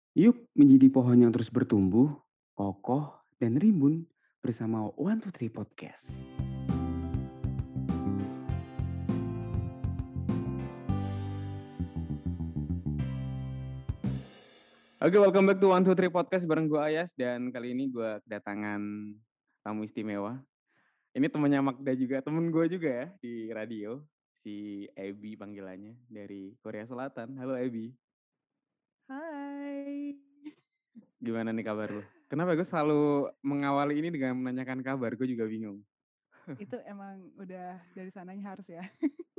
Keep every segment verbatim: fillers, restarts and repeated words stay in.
Yuk menjadi pohon yang terus bertumbuh, kokoh, dan rimbun bersama One Two Three Podcast. Oke, welcome back to One Two Three Podcast bareng gue Ayas dan kali ini gue kedatangan tamu istimewa. Ini temannya Magda juga, temen gue juga ya di radio, si Ebi panggilannya dari Korea Selatan. Halo Ebi, Hai. gimana nih kabar lu? Kenapa gue selalu mengawali ini dengan menanyakan kabar, gue juga bingung. Itu emang udah dari sananya harus ya.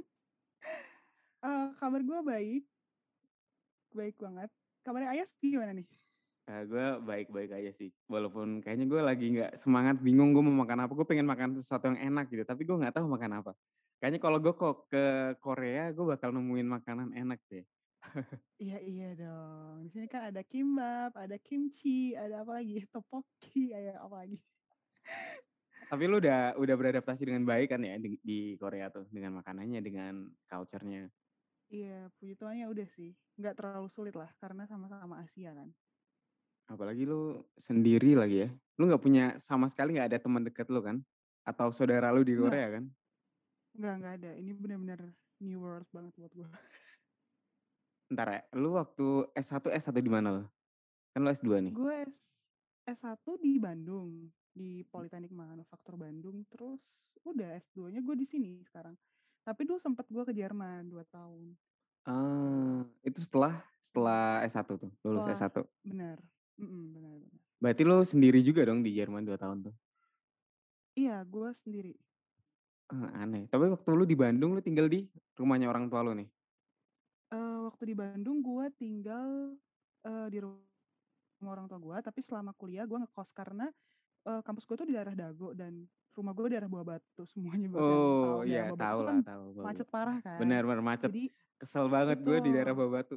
Eh, kabar gue baik, baik banget. Kabarnya Ayas gimana nih? Uh, gue baik-baik aja sih. Walaupun kayaknya gue lagi nggak semangat, bingung gue mau makan apa. Gue pengen makan sesuatu yang enak gitu. Tapi gue nggak tahu makan apa. Kayaknya kalau gue kok ke Korea, gue bakal nemuin makanan enak deh. Iya iya dong. Di sini kan ada kimbap, ada kimchi, ada apa lagi? Tteokbokki, ada apa lagi? Tapi lu udah udah beradaptasi dengan baik kan ya di, di Korea tuh dengan makanannya, dengan culture-nya. Iya, puji Tuhannya udah sih. Nggak terlalu sulit lah, karena sama-sama Asia kan. Apalagi lu sendiri lagi ya. Lu nggak punya sama sekali nggak ada teman dekat lu kan? Atau saudara lu di Nggak, Korea kan? nggak, nggak ada. Ini benar-benar new world banget buat gue. Ntar ya, lu waktu S satu S satu di mana lo? Kan lu S dua nih. Gue S, S1 di Bandung, di Politeknik Manufaktur Bandung. Terus udah S dua-nya gue di sini sekarang. Tapi dulu sempet gue ke Jerman dua tahun. Ah, itu setelah Hmm. setelah S satu tuh, lulus Setelah S satu. benar, mm benar-benar. Berarti lu sendiri juga dong di Jerman dua tahun tuh. Iya, gue sendiri. Ah, aneh. Tapi waktu lu di Bandung lu tinggal di rumahnya orang tua lu nih. Eh, waktu di Bandung gue tinggal eh, di rumah orang tua gue, tapi selama kuliah gue ngekos karena eh, kampus gue tuh di daerah Dago dan rumah gue daerah Buah Batu. Semuanya bahkan Oh tahu iya, daerah Buah Batu tahu tuh kan lah, tahu. macet parah kan. Benar-benar macet. Jadi Kesel banget gue di daerah betul, Babatu.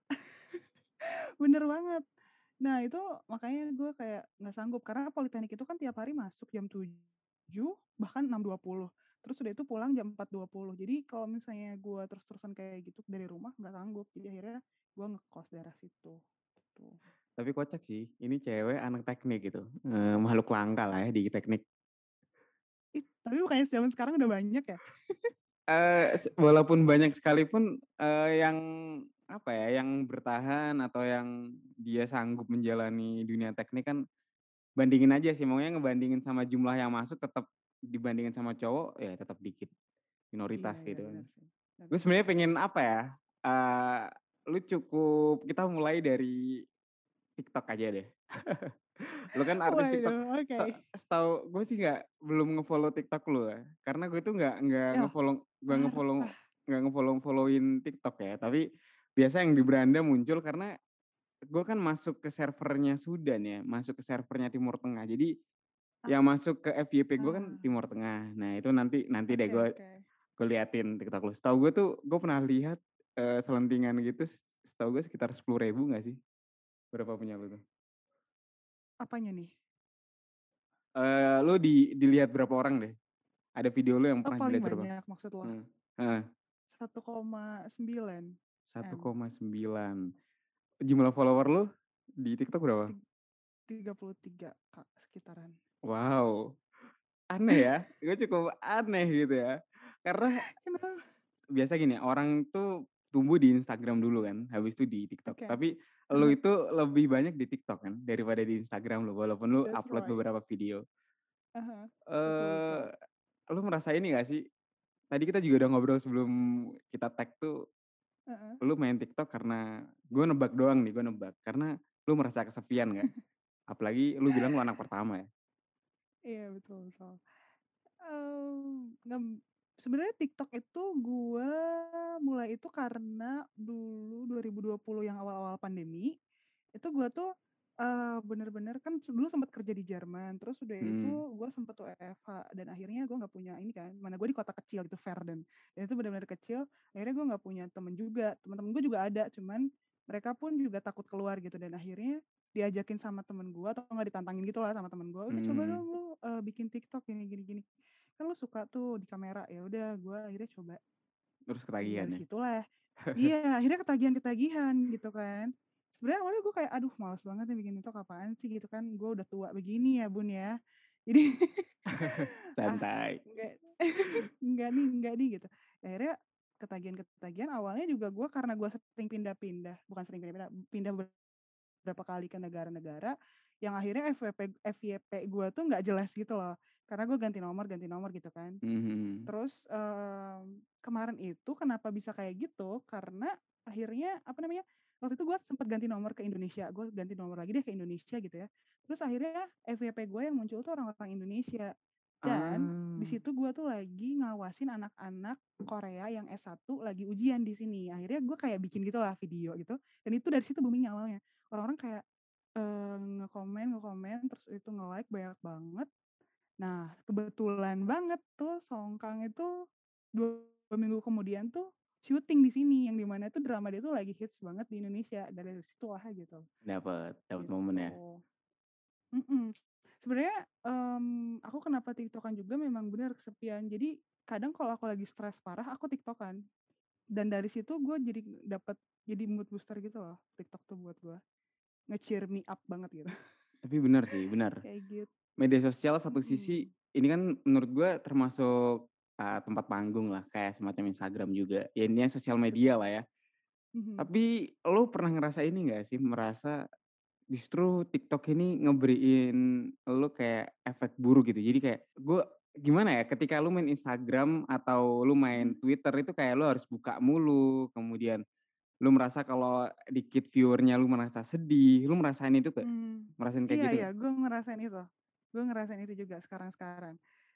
bener banget. Nah itu makanya gue kayak nggak sanggup karena Politeknik itu kan tiap hari masuk jam tujuh bahkan enam dua puluh. Terus udah itu pulang jam empat dua puluh. Jadi kalau misalnya gue terus-terusan kayak gitu dari rumah nggak sanggup. Jadi akhirnya gue ngekos daerah situ. Gitu. Tapi kocak sih, ini cewek anak teknik gitu. Eh, makhluk langka lah ya di teknik. Ih, tapi bukannya zaman sekarang udah banyak ya? Eh, walaupun banyak sekalipun eh, yang apa ya, yang bertahan atau yang dia sanggup menjalani dunia teknik kan bandingin aja sih, maunya ngebandingin sama jumlah yang masuk tetap dibandingin sama cowok ya tetap dikit Iya, minoritas iya gitu kan. benar sih. Gue Benar. sebenarnya pengen apa ya? Uh, lu cukup kita mulai dari TikTok aja deh. Lu kan artis TikTok. Waduh, oke. Okay. Setahu gue sih nggak belum ngefollow TikTok lu ya. Karena gue tuh nggak nggak Ya, ngefollow nggak ngefollow parah. nggak ngefollow followin TikTok ya. Tapi biasa yang di beranda muncul karena gue kan masuk ke servernya Sudan ya, masuk ke servernya Timur Tengah. Jadi Ah, yang masuk ke F Y P gue kan ah. Timur Tengah. Nah itu nanti nanti deh Oke, gue oke. gue liatin TikTok lu. Setahu gue tuh gue pernah lihat uh, selentingan gitu. Setahu gue sekitar sepuluh ribu nggak sih? Berapa punya lu tuh? Apanya nih? Uh, lu di dilihat berapa orang deh? Ada video lu yang Oh, pernah paling dilihat berapa? banyak maksud lo. Hmm. Uh, satu koma sembilan satu M. koma sembilan. Jumlah follower lu di TikTok berapa? tiga puluh tiga Kak, sekitaran. Wow, aneh ya. Gue cukup aneh gitu ya. Karena Kenapa? biasa gini, orang tuh tumbuh di Instagram dulu kan, habis itu di TikTok. Oke. Okay. Tapi lu Uh-huh. itu lebih banyak di TikTok kan daripada di Instagram lu, walaupun lu That's upload right. beberapa video. Uh-huh. Betul, Eh, betul. lu merasa ini gak sih? Tadi kita juga udah ngobrol sebelum kita tag tuh, Uh-huh. lu main TikTok karena gue nebak doang nih, gue nebak. Karena lu merasa kesepian gak? Apalagi lu bilang lu anak pertama ya. Iya, betul, betul. Um, ngem- Sebenarnya TikTok itu gue mulai itu karena dulu dua ribu dua puluh yang awal-awal pandemi itu gue tuh eh, bener-bener kan dulu sempat kerja di Jerman terus udah itu Hmm. gue sempet W F H dan akhirnya gue nggak punya ini kan mana gue di kota kecil gitu Verden dan itu benar-benar kecil akhirnya gue nggak punya temen juga teman-teman gue juga ada cuman mereka pun juga takut keluar gitu dan akhirnya diajakin sama temen gue atau nggak ditantangin gitu lah sama temen gue udah coba Hmm. dong lu uh, bikin TikTok gini gini gini kan lu suka tuh di kamera ya udah gue akhirnya coba Terus dan ketagihan dari ya. situlah iya akhirnya ketagihan ketagihan gitu kan sebenarnya awalnya gue kayak, "Aduh males banget nih bikin TikTok, apaan sih?" Gitu kan, "Gue udah tua begini ya, Bun, ya." Jadi, ah, Santai. enggak enggak nih enggak nih, gitu. Akhirnya ketagihan-ketagihan, awalnya juga gue karena gue sering pindah-pindah, bukan sering pindah-pindah, pindah beberapa kali ke negara-negara, yang akhirnya F Y P F Y P gue tuh nggak jelas gitu loh. Karena gue ganti nomor ganti nomor gitu kan. Mhm mhm. Terus, mmm, kemarin itu kenapa bisa kayak gitu, karena akhirnya, apa namanya, waktu itu gue sempet ganti nomor ke Indonesia, gue ganti nomor lagi deh ke Indonesia gitu ya. Terus akhirnya F Y P gue yang muncul tuh orang-orang Indonesia. Dan di Ah. situ gue tuh lagi ngawasin anak-anak Korea yang S satu lagi ujian di sini. Akhirnya gue kayak bikin gitulah video gitu, dan itu dari situ booming awalnya. Orang-orang kayak, eee, ngekomen ngekomen, terus itu nge-like banyak banget. Nah, kebetulan banget tuh Songkang itu dua minggu kemudian tuh syuting di sini, yang di mana tuh drama dia tuh lagi hits banget di Indonesia, dari situlah gitu. Dapet dapet momen Gitu. ya? Mhm. Sebenarnya, mmm, aku kenapa TikTok-an juga memang bener kesepian. Jadi kadang kalau aku lagi stres parah, aku TikTok-an. Dan dari situ gue jadi dapet jadi mood booster gitu loh, TikTok tuh buat gue. Nge-cheer me up banget gitu. Tapi bener sih, bener. Kayak gitu. Media sosial satu sisi, Mhm. ini kan menurut gue termasuk, eee, tempat panggung lah, kayak semacam Instagram juga. Ya intinya sosial media Betul. lah ya. Mhm. Tapi lu pernah ngerasa ini nggak sih, merasa justru TikTok ini ngeberiin lu kayak efek buruk gitu. Jadi kayak gue gimana ya, ketika lu main Instagram atau lu main Mhm. Twitter itu kayak lu harus buka mulu, kemudian lu merasa kalau dikit viewer-nya lu merasa sedih, lu merasain itu nggak? Mmm, Ngerasain kayak iya gitu iya, nggak? gue ngerasain itu. Gue ngerasain itu juga sekarang-sekarang.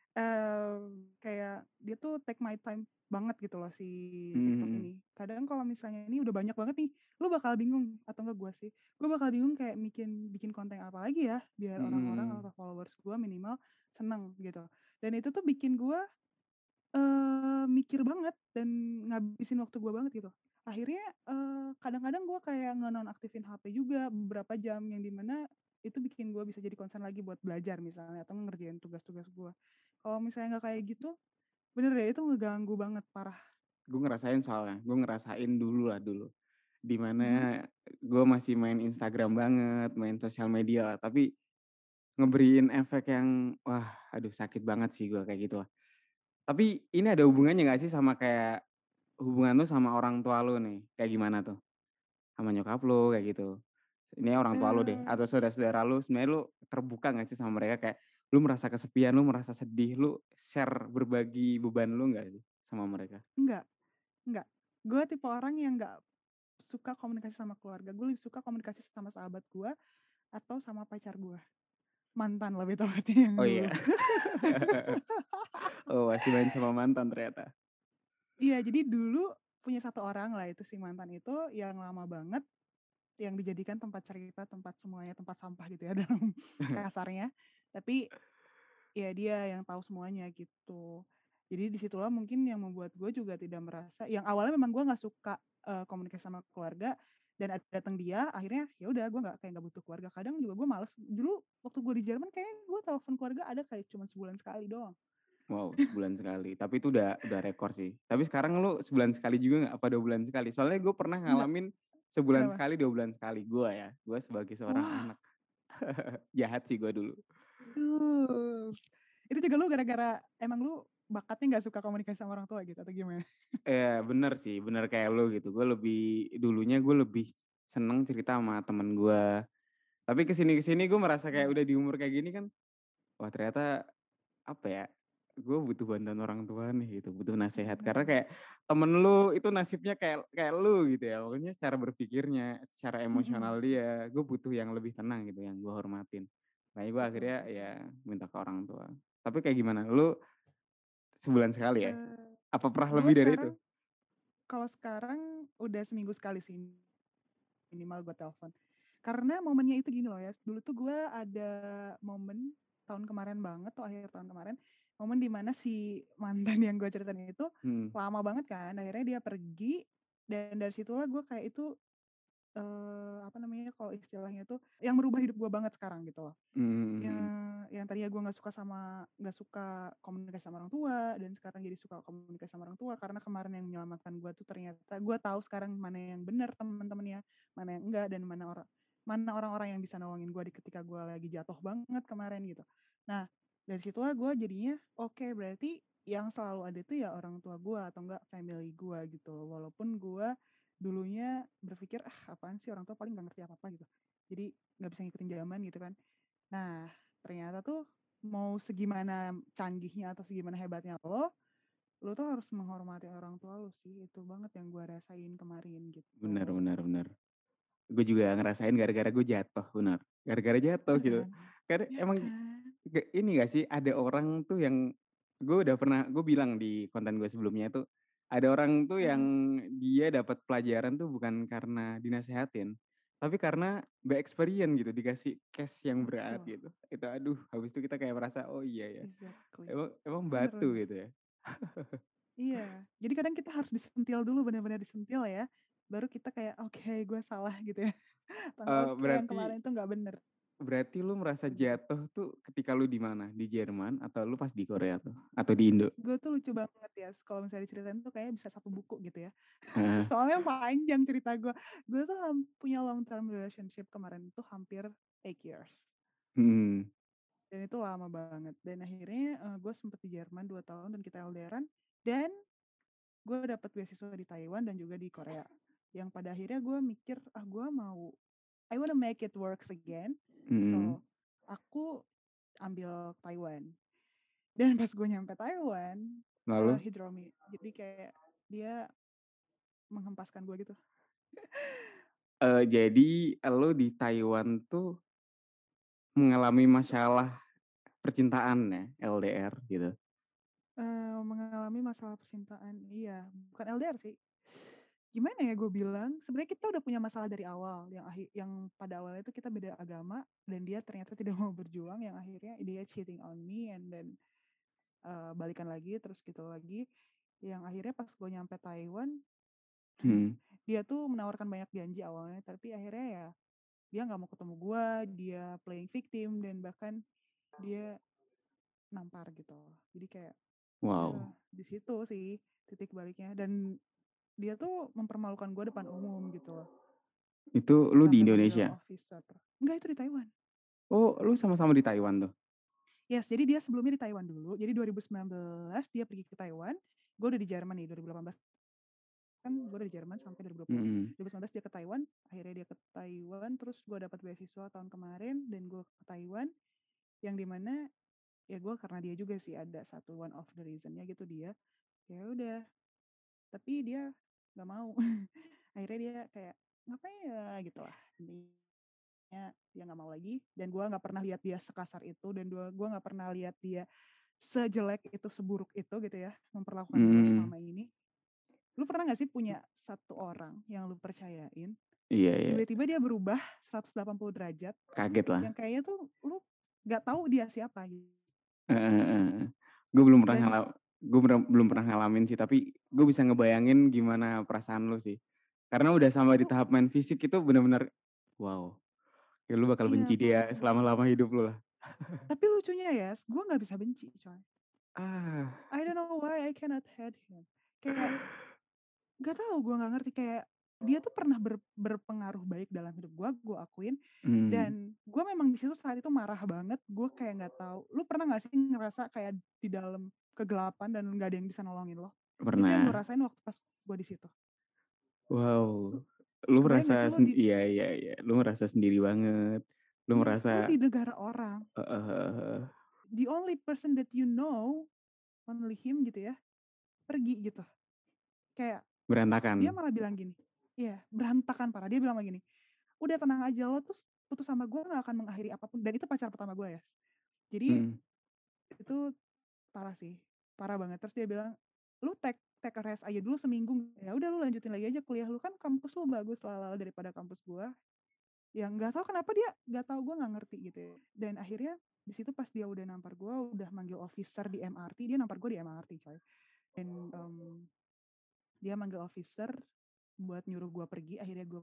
Mmm, kayak dia tuh take my time banget gitu loh si Mhm TikTok mhm. ini. Kadang kalau misalnya ini udah banyak banget nih, lu bakal bingung, atau enggak gue sih, gue bakal bingung kayak bikin bikin konten apa lagi ya, biar Mhm orang-orang mhm. atau followers gue minimal seneng gitu. Dan itu tuh bikin gue, eee, mikir banget dan ngabisin waktu gue banget gitu. Akhirnya, eee, kadang-kadang gue kayak ngenonaktifin H P juga beberapa jam, yang di mana itu bikin gue bisa jadi konsen lagi buat belajar misalnya, atau ngerjain tugas-tugas gue. Kalau misalnya nggak kayak gitu, bener deh itu ngeganggu banget, parah. Gue ngerasain soalnya, gue ngerasain dulu lah dulu. Di Mhm. mana gue masih main Instagram banget, main sosial media lah, tapi ngeberiin efek yang, wah aduh sakit banget sih gue kayak gitu lah. Tapi ini ada hubungannya nggak sih sama kayak hubungan lu sama orang tua lu nih, kayak gimana tuh? Sama nyokap lu kayak gitu? Ini orang tua lu deh, Eee, atau saudara-saudara lu, sebenarnya lu terbuka nggak sih sama mereka kayak lu merasa kesepian, lu merasa sedih, lu share berbagi beban lu nggak sih sama mereka? enggak enggak. Gue tipe orang yang nggak suka komunikasi sama keluarga, gue lebih suka komunikasi sama sahabat gue atau sama pacar gue. Mantan lebih tepatnya yang Oh dulu. iya? Oh masih main sama mantan ternyata? Iya, jadi dulu punya satu orang lah itu si mantan itu yang lama banget, yang dijadikan tempat cerita, tempat semuanya, tempat sampah gitu ya dalam kasarnya. Tapi ya dia yang tahu semuanya gitu. Jadi disitulah mungkin yang membuat gue juga tidak merasa, yang awalnya memang gue nggak suka, eee, komunikasi sama keluarga, dan ada datang dia, akhirnya ya udah gue nggak kayak nggak butuh keluarga. Kadang juga gue males, dulu waktu gue di Jerman kayaknya gue telepon keluarga ada kayak cuma sebulan sekali doang. Wow, sebulan sekali, tapi itu udah udah rekor sih. Tapi sekarang lu sebulan sekali juga nggak, apa dua bulan sekali? Soalnya gue pernah Enggak, ngalamin sebulan kenapa? sekali, dua bulan sekali, gue ya, gue sebagai seorang Wah, anak. Jahat sih gue dulu. uh, itu juga lu gara-gara emang lu bakatnya nggak suka komunikasi sama orang tua gitu atau gimana? Iya bener sih, bener kayak lu gitu. Gue lebih, dulunya gue lebih seneng cerita sama temen gue. Tapi kesini kesini gue merasa kayak Iya, udah di umur kayak gini kan, wah ternyata apa ya, gue butuh bantuan orang tua nih gitu, butuh nasehat. Karena mmm, kayak temen lu itu nasibnya kayak kayak lu gitu ya, pokoknya cara berpikirnya, secara mhm, emosional dia, gue butuh yang lebih tenang gitu, yang gue hormatin. Makanya gue betul akhirnya ya betul. minta ke orang tua. Tapi kayak gimana, lu sebulan sekali ya? Eee, Apa pernah gue lebih dari itu? sekarang Kalau sekarang udah seminggu sekali sih minimal gue telepon. Karena momennya itu gini loh ya, dulu tuh gue ada momen tahun kemarin banget tuh, akhir tahun kemarin, momen di mana si mantan yang gue ceritain itu Mhm. lama banget kan, akhirnya dia pergi, dan dari situlah gue kayak itu eee, apa namanya, kalau istilahnya tuh yang merubah hidup gue banget sekarang gitu loh. Mmm, mhm Yang mhm. yang tadinya gue nggak suka sama nggak suka komunikasi sama orang tua, dan sekarang jadi suka komunikasi sama orang tua karena kemarin yang menyelamatkan gue tuh ternyata gue tahu sekarang mana yang benar teman-temannya, mana yang enggak, dan mana orang mana orang-orang yang bisa nolongin gue di ketika gue lagi jatuh banget kemarin gitu. Nah, dari situlah gue jadinya oke, berarti yang selalu ada tuh ya orang tua gue atau enggak family gue gitu loh. Walaupun gue dulunya berpikir, ah apaan sih orang tua paling nggak ngerti apa-apa gitu. Jadi nggak bisa ngikutin zaman gitu kan. Nah, ternyata tuh mau segimana canggihnya atau segimana hebatnya lo, lo tuh harus menghormati orang tua lo sih. Itu banget yang gue rasain kemarin Bener gitu. bener bener. Gue juga ngerasain gara-gara gue jatuh, bener. Gara-gara jatuh Ya gitu. kan? Karena Ya emang kan? ge ini gak sih, ada orang tuh yang gue udah pernah gue bilang di konten gue sebelumnya tuh, ada orang tuh yang Heeh. dia dapat pelajaran tuh bukan karena dinasehatin, tapi karena by experience gitu, dikasih case yang berat Betul. gitu. Itu aduh, habis itu kita kayak merasa, "Oh iya ya, Exactly. emang emang batu," Bener-bener. gitu ya. Iya. Jadi kadang kita harus disentil dulu, benar-benar disentil ya. Baru kita kayak, oke okay, gue salah gitu ya. Atau enggak, Eee, oke okay, yang berarti kemarin itu nggak bener. berarti lu merasa Bener. jatuh tuh ketika lu di mana? Di Jerman atau lu pas di Korea tuh? Atau di Indo? Gue tuh lucu banget ya, kalau misalnya diceritain tuh kayak bisa satu buku gitu ya. Heeh. Soalnya panjang cerita gue. Gue tuh punya long term relationship kemarin tuh hampir eight years. Mhm. Dan itu lama banget. Dan akhirnya uh, gue sempet di Jerman dua tahun dan kita L D R-an. Dan gue dapet beasiswa di Taiwan dan juga di Korea. Yang pada akhirnya gue mikir, ah gue mau, I wanna make it works again. Mhm. So, aku ambil Taiwan. Dan pas gue nyampe Taiwan, uh, Lalu? he draw me. Jadi kayak dia menghempaskan gue gitu. Eee, jadi lu di Taiwan tuh mengalami masalah percintaan ya, L D R gitu? Eee, mengalami masalah percintaan, iya, bukan L D R sih. Gimana ya gue bilang, sebenarnya kita udah punya masalah dari awal, yang akhir yang pada awalnya itu kita beda agama dan dia ternyata tidak mau berjuang, yang akhirnya dia cheating on me and then, eee, balikan lagi, terus gitu lagi. Yang akhirnya pas gue nyampe Taiwan, Mhm. dia tuh menawarkan banyak janji awalnya, tapi akhirnya ya dia nggak mau ketemu gue, dia playing victim dan bahkan dia nampar gitu. Jadi kayak, ya Wow, di situ sih titik baliknya, dan dia tuh mempermalukan gue depan umum gitu loh, itu lu di sampai manggil Indonesia? officer. Enggak, itu di Taiwan. Oh, lu sama-sama di Taiwan tuh? Yes, jadi dia sebelumnya di Taiwan dulu. Jadi dua ribu sembilan belas dia pergi ke Taiwan. Gue udah di Jerman nih dua ribu delapan belas, kan gue udah di Jerman sampai dua ribu dua puluh. Mhm. dua ribu sembilan belas dia ke Taiwan, akhirnya dia ke Taiwan, terus gue dapat beasiswa tahun kemarin dan gue ke Taiwan, yang dimana ya gue karena dia juga sih ada satu one of the reasonnya gitu, dia ya udah, tapi dia nggak mau. Akhirnya dia kayak ngapain ya gitu lah, intinya dia nggak mau lagi, dan gue nggak pernah lihat dia sekasar itu, dan gue gue nggak pernah lihat dia sejelek itu, seburuk itu gitu ya memperlakukan gue Mmm, selama ini. Lu pernah nggak sih punya satu orang yang lu percayain iya iya, tiba-tiba dia berubah seratus delapan puluh derajat, kaget lah. yang kayaknya tuh lu nggak tahu dia siapa gitu. Heeh heeh heeh. Gue belum pernah Dan di ngala situ gue belum tuh pernah ngalamin sih, tapi gue bisa ngebayangin gimana perasaan lu sih. Karena udah sampai di lu tahap main fisik itu bener-bener, wow, ya lu bakal iya benci dia betul. selama-lama hidup lu lah. Tapi lucunya ya, gue nggak bisa benci coy. Ah, I don't know why I cannot hate him. Kayak gak tahu, gue nggak ngerti, kayak dia tuh pernah ber, berpengaruh baik dalam hidup gue, gue akuin. mmm, Dan gue memang di situ saat itu marah banget, gue kayak nggak tahu. Lu pernah nggak sih ngerasa kayak di dalam kegelapan dan nggak ada yang bisa nolongin lo? Itu yang gue pernah. rasain waktu pas gue di situ. Wow, Lu lu kebayang merasa gak sih lo sen di iya iya iya, lu merasa sendiri banget. Lu iya merasa lu di negara orang, heeh heeh heeh, the only person that you know, only him gitu ya, pergi gitu. Kayak dia berantakan. malah bilang gini, iya berantakan parah. Dia bilang begini, udah tenang aja, lo tuh putus sama gue gak akan mengakhiri apapun, dan itu pacar pertama gue ya. Jadi Mhm, itu parah sih, parah banget. Terus dia bilang, lu take take a rest aja dulu seminggu, ya udah lu lanjutin lagi aja kuliah lu, kan kampus lu bagus lah daripada kampus gue. Yang nggak tahu kenapa dia nggak tahu, gue nggak ngerti gitu ya. Dan akhirnya di situ pas dia udah nampar gue, udah manggil officer di M R T, dia nampar gue di M R T coy. Dan um, dia manggil officer buat nyuruh gue pergi, akhirnya gue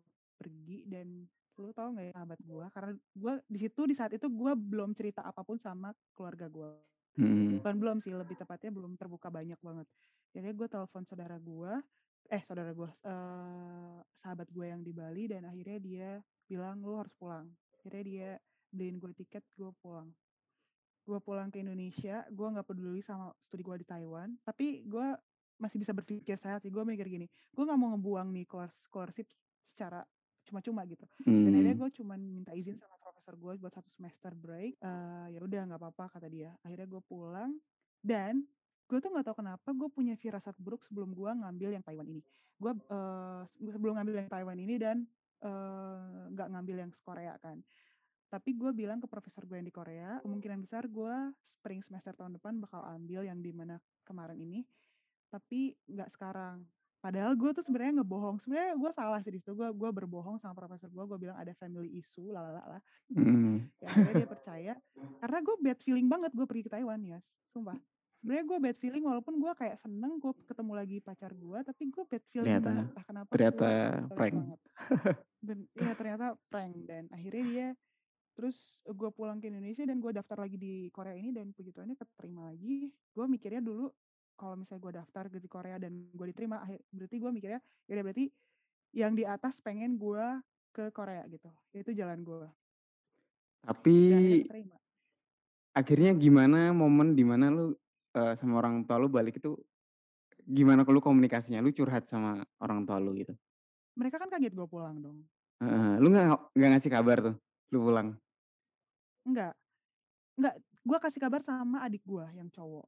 pergi dan lu tahu nggak ya sahabat gue, karena gue di situ di saat itu gue belum cerita apapun sama keluarga gue. Mhm. Bukan belum sih, lebih tepatnya belum terbuka banyak banget. Jadi gue telepon saudara gue, eh saudara gue, eh, sahabat gue yang di Bali dan akhirnya dia bilang lu harus pulang. Akhirnya dia beliin gue tiket, gue pulang. Gue pulang ke Indonesia, gue nggak peduli sama studi gue di Taiwan, tapi gue masih bisa berpikir sehat sih. Gue mikir gini, gue nggak mau ngebuang nih scholarship secara cuma-cuma gitu. Dan akhirnya Mmm. gue cuman minta izin sama profesor gue buat satu semester break. Uh, ya udah nggak apa-apa kata dia. Akhirnya gue pulang dan gue tuh nggak tahu kenapa gue punya firasat buruk sebelum gue ngambil yang Taiwan ini. Gue uh, sebelum ngambil yang Taiwan ini dan nggak uh, ngambil yang Korea kan. Tapi gue bilang ke profesor gue yang di Korea, kemungkinan besar gue spring semester tahun depan bakal ambil yang dimana kemarin ini, tapi nggak sekarang. Padahal gue tuh sebenarnya ngebohong. Sebenarnya gue salah sih di situ. Gue gue berbohong sama profesor gue. Gue bilang ada family issue, lalala lah. Mhm. Ya akhirnya dia percaya. Karena gue bad feeling banget gue pergi ke Taiwan, ya, sumpah. Sebenarnya gue bad feeling walaupun gue kayak seneng gue ketemu lagi pacar gue, tapi gue bad feeling Ternyata banget. Entah kenapa ternyata gue prank. banget. Dan ya ternyata prank dan akhirnya dia terus gue pulang ke Indonesia dan gue daftar lagi di Korea ini dan puji Tuhannya keterima lagi. Gue mikirnya dulu kalau misalnya gue daftar di Korea dan gue diterima, akhir berarti gue mikirnya ya berarti yang di atas pengen gue ke Korea gitu. Itu jalan gue. Tapi Dan akhirnya keterima. akhirnya gimana momen dimana lu uh, sama orang tua lu balik itu, gimana lu komunikasinya? Lu curhat sama orang tua lu gitu? Mereka kan kaget gue pulang dong. Heeh, lu nggak nggak ngasih kabar tuh, lu pulang? Enggak, enggak. Gue kasih kabar sama adik gue yang cowok.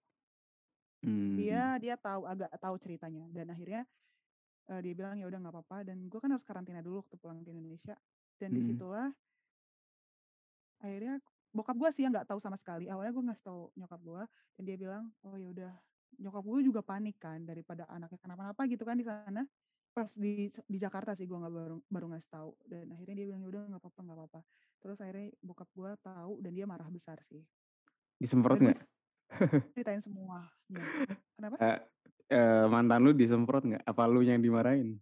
Hmm. Dia dia tahu agak tahu ceritanya dan akhirnya uh, dia bilang ya udah nggak apa-apa dan gue kan harus karantina dulu waktu pulang ke Indonesia dan Hmm. disitulah akhirnya bokap gue sih yang nggak tahu sama sekali. Awalnya gue ngasih tahu nyokap gue dan dia bilang oh ya udah. Nyokap gue juga panik kan daripada anaknya kenapa-napa gitu kan di sana. Pas di di Jakarta sih gue nggak baru baru ngasih tahu dan akhirnya dia bilang ya udah nggak apa-apa nggak apa-apa. Terus akhirnya bokap gue tahu dan dia marah besar sih. Disemprot Dan gue nggak? ceritain semuanya. Kenapa? uh, uh, mantan lu disemprot nggak? Apa lu yang dimarahin?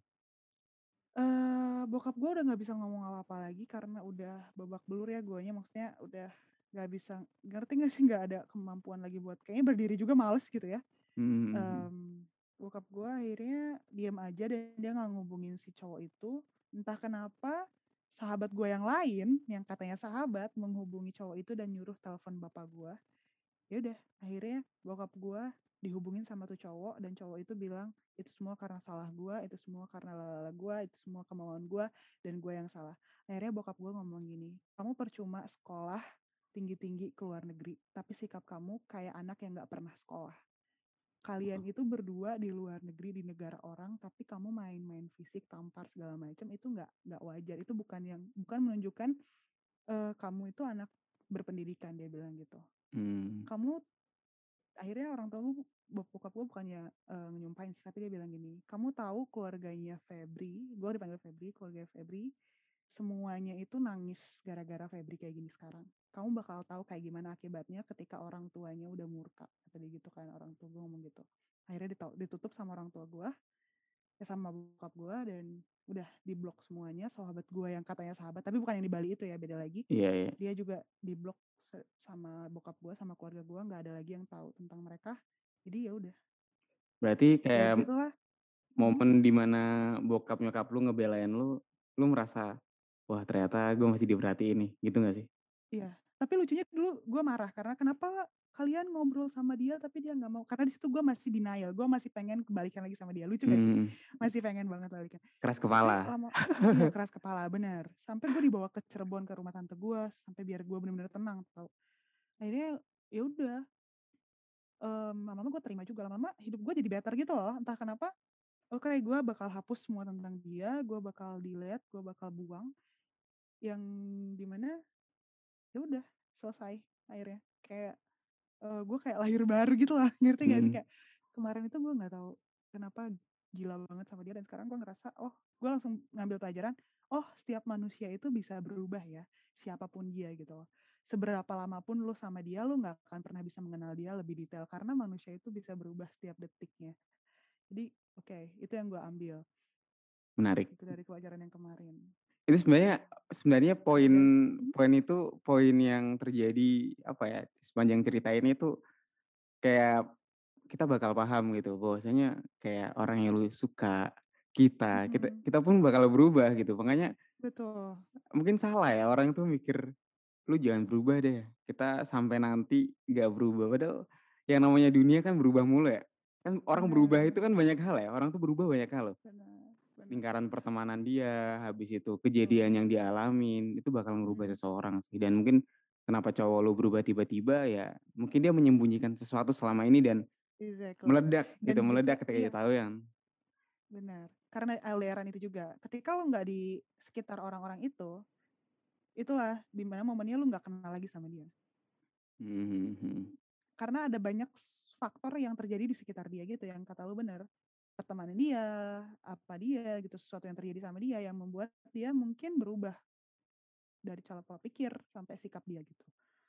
Uh, bokap gue udah nggak bisa ngomong apa-apa lagi karena udah babak belur ya guanya, maksudnya udah nggak bisa, ngerti nggak sih, nggak ada kemampuan lagi buat kayaknya berdiri juga males gitu ya. Hmm. Um, bokap gue akhirnya diam aja dan dia nggak ngubungin si cowok itu. Entah kenapa sahabat gue yang lain yang katanya sahabat menghubungi cowok itu dan nyuruh telepon bapak gue. Ya udah akhirnya bokap gue dihubungin sama tuh cowok dan cowok itu bilang itu semua karena salah gue, itu semua karena lalala gue, itu semua kemauan gue dan gue yang salah. Akhirnya bokap gue ngomong gini, kamu percuma sekolah tinggi-tinggi ke luar negeri tapi sikap kamu kayak anak yang gak pernah sekolah. Kalian itu berdua di luar negeri di negara orang tapi kamu main-main fisik, tampar segala macam, itu nggak nggak wajar. Itu bukan yang bukan menunjukkan uh, kamu itu anak berpendidikan, dia bilang gitu. Hmm. Kamu akhirnya orang tua gue, bokap gue bukannya uh, nyumpahin sih, tapi dia bilang gini, kamu tahu keluarganya Febri, gue dipanggil Febri, keluarga Febri semuanya itu nangis gara-gara Febri kayak gini sekarang. Kamu bakal tahu kayak gimana akibatnya ketika orang tuanya udah murka. Kata dia gitu kan, orang tua gue ngomong gitu. Akhirnya ditutup sama orang tua gue, ya sama bokap gue, dan udah diblok semuanya. Sahabat gue yang katanya sahabat, tapi bukan yang di Bali itu ya, beda lagi. Iya, iya. Dia juga diblok sama bokap gue, sama keluarga gue, nggak ada lagi yang tahu tentang mereka. Jadi ya udah. Berarti Dari kayak situlah. Hmm, momen dimana bokap nyokap lu ngebelain lu, lu merasa wah ternyata gue masih diperhatiin nih, gitu gak sih? iya. Tapi lucunya dulu gue marah karena kenapa kalian ngobrol sama dia tapi dia nggak mau. Karena di situ gue masih denial, gue masih pengen kebalikan lagi sama dia. Lucu gak sih? Hmm. Masih pengen banget balikan. Keras Tapi kepala. lama, iya keras kepala bener. Sampai gue dibawa ke Cirebon ke rumah tante gue sampai biar gue bener-bener tenang tau. Akhirnya ya udah. Um, lama-lama gue terima juga, lama-lama hidup gue jadi better gitu loh. Entah kenapa. Oke, okay, gue bakal hapus semua tentang dia, gue bakal delete, gue bakal buang. Yang dimana ya udah selesai akhirnya. Kayak uh, gue kayak lahir baru gitu lah, ngerti gak sih? Hmm. Kayak kemarin itu gue nggak tahu kenapa gila banget sama dia dan sekarang gue ngerasa oh gue langsung ngambil pelajaran, oh setiap manusia itu bisa berubah ya, siapapun dia gitu loh. Seberapa lama pun lo sama dia, lo nggak akan pernah bisa mengenal dia lebih detail karena manusia itu bisa berubah setiap detiknya. Jadi oke, okay, itu yang gue ambil Menarik. itu dari pelajaran yang kemarin. Itu sebenarnya sebenarnya poin Ada. Mhm. poin itu poin yang terjadi, apa ya, sepanjang cerita ini tuh kayak kita bakal paham gitu bahwasanya kayak orang yang lu suka, kita kita Mhm. kita pun bakal berubah gitu. Makanya Betul. mungkin salah ya orang tuh mikir, "Lu jangan berubah deh, kita sampai nanti nggak berubah." Padahal yang namanya dunia kan berubah mulu ya. Kan orang berubah itu Bener. kan banyak hal ya, orang tuh berubah banyak hal loh. Bener bener. Lingkaran pertemanan dia, habis itu kejadian yang Betul. dia alamin, itu bakal merubah Mhm. seseorang sih. Dan mungkin kenapa cowok lu berubah tiba-tiba ya, mungkin dia menyembunyikan sesuatu selama ini dan Exactly. meledak gitu, Dan juga meledak ketika dia iya, tahu yang benar. Karena L D R-an itu juga. Ketika lo nggak di sekitar orang-orang itu, itulah di mana momennya lu nggak kenal lagi sama dia. mhm mhm. Karena ada banyak s faktor yang terjadi di sekitar dia gitu yang kata lu bener. Pertemanan dia, apa dia gitu, sesuatu yang terjadi sama dia yang membuat dia mungkin berubah dari cara pola pikir sampai sikap dia gitu.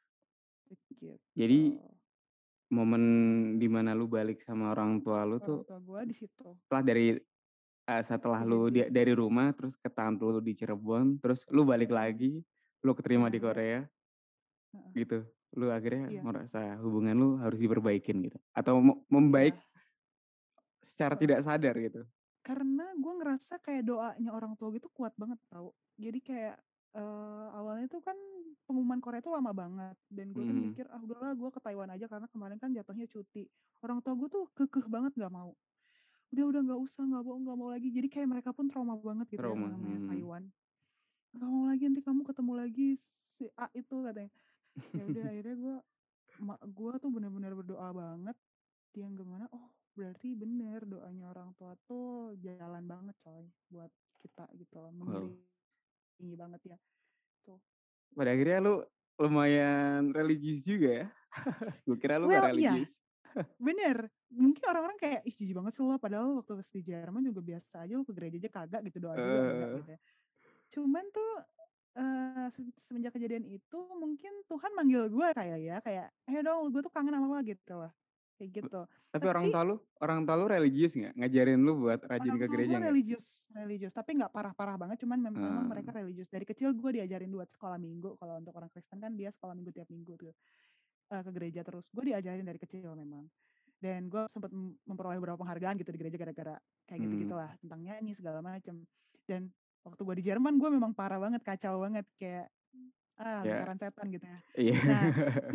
Begitu. Jadi momen di mana lu balik sama orang tua lu Orang tuh tua gua di situ setelah dari eee, setelah lu dia kejadian. dari rumah terus ke tante lu di Cirebon, terus lu balik Heeh, lagi, lu keterima pernah di lihat. Korea Heeh, gitu. Lu akhirnya iya merasa hubungan lu harus diperbaikin gitu atau me membaik iya, secara heeh. tidak sadar gitu? Karena gue ngerasa kayak doanya orang tua gitu kuat banget tau. Jadi kayak, eee, awalnya tuh kan pengumuman Korea tuh lama banget dan gue tuh Mhm. mikir, "Ah udahlah gue ke Taiwan aja," karena kemarin kan jatuhnya cuti. Orang tua gue tuh kekeh banget nggak mau. "Udah udah nggak usah, nggak mau nggak mau lagi." Jadi kayak mereka pun trauma banget gitu ya Trauma, sama namanya mhm. Taiwan. "Nggak mau lagi, nanti kamu ketemu lagi si A itu," katanya. Ya udah akhirnya gue emak gue tuh bener-bener berdoa banget yang gimana, oh berarti bener doanya orang tua tuh jalan banget coy buat kita gitu loh, Wow, mengiringi banget ya, tuh. pada akhirnya lu lumayan religius juga ya? Gua kira lu nggak Well iya, religius. bener, mungkin orang-orang kayak, "Ih jijik banget sih lo," padahal waktu pas di Jerman juga biasa aja, lo ke gereja aja kagak gitu, doa juga enggak Eee, gitu ya. Cuman tuh, eee, se semenjak kejadian itu mungkin Tuhan manggil gue kayak ya, kayak, "Ayo dong, gue tuh kangen sama lo," gitu loh, kayak gitu. tapi orang Tapi tua lu orang tua lu religius nggak? Ngajarin lu buat rajin orang ke tua gereja gue nggak? religius religius, tapi nggak parah-parah banget, cuman mem memang Eee, mereka religius. Dari kecil gue diajarin buat sekolah minggu, kalau untuk orang Kristen kan dia sekolah minggu tiap minggu tuh, eee, ke gereja terus. Gue diajarin dari kecil memang. Dan gue sempet mem memperoleh beberapa penghargaan gitu di gereja gara-gara kayak mmm, gitu-gitulah, tentang nyanyi segala macem. Dan waktu gue di Jerman gue memang parah banget, kacau banget, kayak, ah, ya lingkaran setan gitu ya. iya. Nah,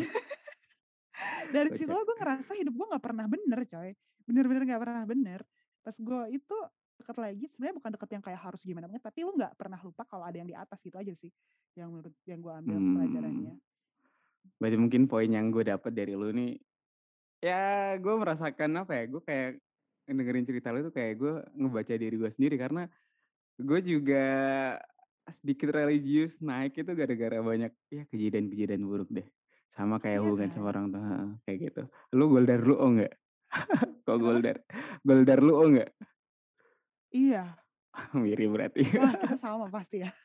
dari Kocak. situlah gue ngerasa hidup gue nggak pernah bener coy, bener-bener nggak pernah bener. Pas gue itu deket lagi, sebenarnya bukan deket yang kayak harus gimana banget, tapi lu nggak pernah lupa kalau ada yang di atas gitu aja sih, yang menurut yang gue ambil Mmm, pelajarannya. berarti mungkin poin yang gue dapat dari lu nih, ya gue merasakan apa ya, gue kayak ngedengerin cerita lu tuh kayak gue ngebaca diri gue sendiri karena gue juga sedikit religius naik itu gara-gara banyak ya kejadian-kejadian buruk deh. Sama kayak Iya hubungan sama kan? orang tua, heeh, kayak gitu. Lu Goldar lu oh nggak? Kok Kenapa? Goldar? Goldar lu oh nggak? Iya. Mirip berarti. Wah kita sama pasti ya.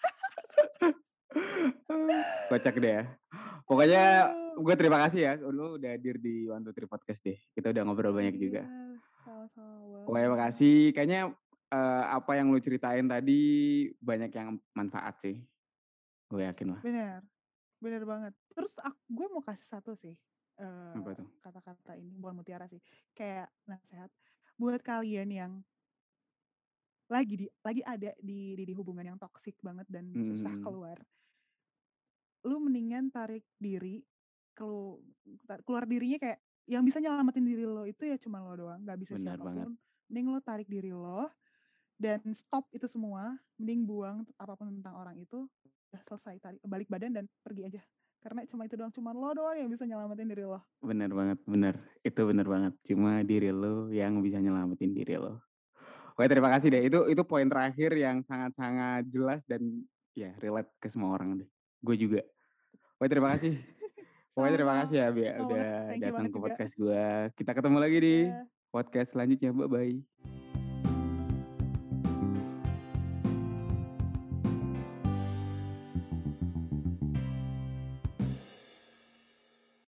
Kocak deh ya. Pokoknya Aduh. gue terima kasih ya, lu udah hadir di One Two Three Podcast deh. Kita udah ngobrol banyak juga. Iya, sama-sama Pokoknya banget. makasih, kayaknya, eee, apa yang lu ceritain tadi banyak yang manfaat sih, gue yakin lah. Bener, bener banget. Terus ak gue mau kasih satu sih, eee, Apa tuh? kata-kata ini, bukan mutiara sih, kayak nasehat buat kalian yang lagi di lagi ada di di di hubungan yang toksik banget dan Mhm susah mhm. keluar, lu mendingan tarik diri, kelu ta keluar dirinya kayak yang bisa nyelamatin diri lo itu ya cuma lo doang, nggak bisa Benar banget. siapapun. Mending lo tarik diri lo dan stop itu semua, mending buang apapun tentang orang itu, udah selesai, tarik balik badan dan pergi aja. Karena cuma itu doang, cuma lo doang yang bisa nyelamatin diri lo. Bener banget, bener. Itu bener banget. Cuma diri lu yang bisa nyelamatin diri lu. Oke terima kasih deh, Betul. itu itu poin terakhir yang sangat-sangat jelas dan ya relate ke semua orang deh. Gue juga. Oke terima kasih. Pokoknya terima kasih ya Bia, Sama-sama udah banget, thank you datang banget ke juga. podcast gue. Kita ketemu lagi di Ya, podcast selanjutnya, bye-bye.